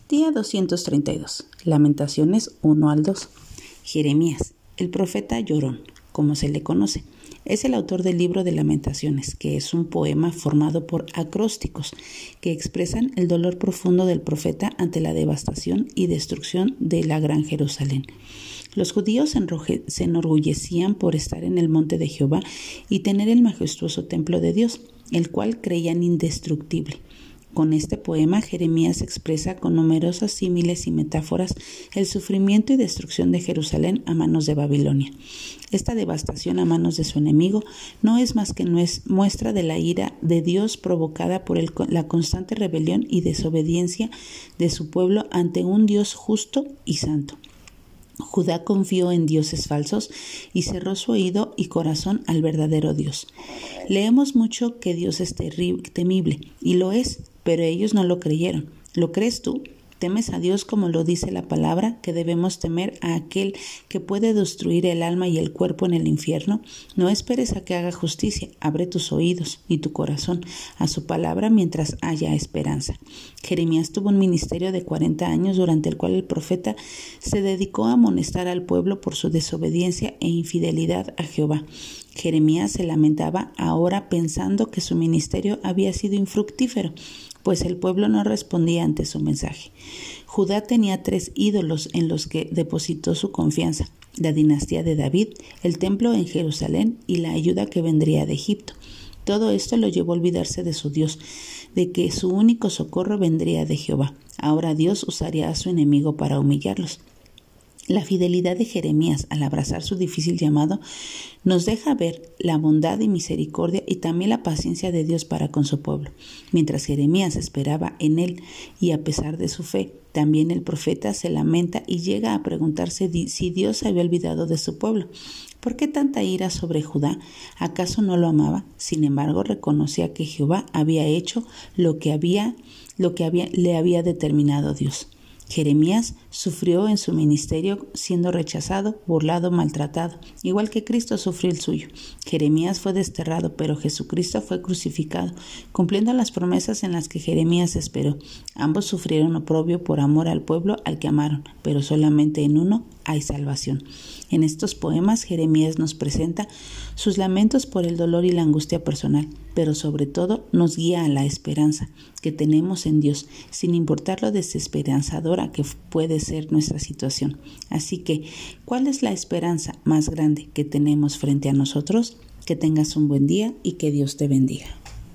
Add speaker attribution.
Speaker 1: Día 232. Lamentaciones 1 al 2. Jeremías, el profeta llorón, como se le conoce, es el autor del libro de Lamentaciones, que es un poema formado por acrósticos que expresan el dolor profundo del profeta ante la devastación y destrucción de la Gran Jerusalén. Los judíos se enorgullecían por estar en el monte de Jehová y tener el majestuoso templo de Dios, el cual creían indestructible. Con este poema, Jeremías expresa con numerosas símiles y metáforas el sufrimiento y destrucción de Jerusalén a manos de Babilonia. Esta devastación a manos de su enemigo no es más que muestra de la ira de Dios provocada por la constante rebelión y desobediencia de su pueblo ante un Dios justo y santo. Judá confió en dioses falsos y cerró su oído y corazón al verdadero Dios. Leemos mucho que Dios es temible, y lo es, pero ellos no lo creyeron. ¿Lo crees tú? ¿Temes a Dios como lo dice la palabra, que debemos temer a aquel que puede destruir el alma y el cuerpo en el infierno? No esperes a que haga justicia, abre tus oídos y tu corazón a su palabra mientras haya esperanza. Jeremías tuvo un ministerio de 40 años durante el cual el profeta se dedicó a amonestar al pueblo por su desobediencia e infidelidad a Jehová. Jeremías se lamentaba ahora pensando que su ministerio había sido infructífero, pues el pueblo no respondía ante su mensaje. Judá tenía 3 ídolos en los que depositó su confianza: la dinastía de David, el templo en Jerusalén y la ayuda que vendría de Egipto. Todo esto lo llevó a olvidarse de su Dios, de que su único socorro vendría de Jehová. Ahora Dios usaría a su enemigo para humillarlos. La fidelidad de Jeremías al abrazar su difícil llamado nos deja ver la bondad y misericordia y también la paciencia de Dios para con su pueblo. Mientras Jeremías esperaba en él y a pesar de su fe, también el profeta se lamenta y llega a preguntarse si Dios se había olvidado de su pueblo. ¿Por qué tanta ira sobre Judá? ¿Acaso no lo amaba? Sin embargo, reconocía que Jehová había hecho lo que le había determinado Dios. Jeremías sufrió en su ministerio siendo rechazado, burlado, maltratado, igual que Cristo sufrió el suyo. Jeremías fue desterrado, pero Jesucristo fue crucificado, cumpliendo las promesas en las que Jeremías esperó. Ambos sufrieron oprobio por amor al pueblo al que amaron, pero solamente en uno hay salvación. En estos poemas, Jeremías nos presenta sus lamentos por el dolor y la angustia personal, pero sobre todo nos guía a la esperanza que tenemos en Dios, sin importar lo desesperanzadora que puede ser nuestra situación. Así que, ¿cuál es la esperanza más grande que tenemos frente a nosotros? Que tengas un buen día y que Dios te bendiga.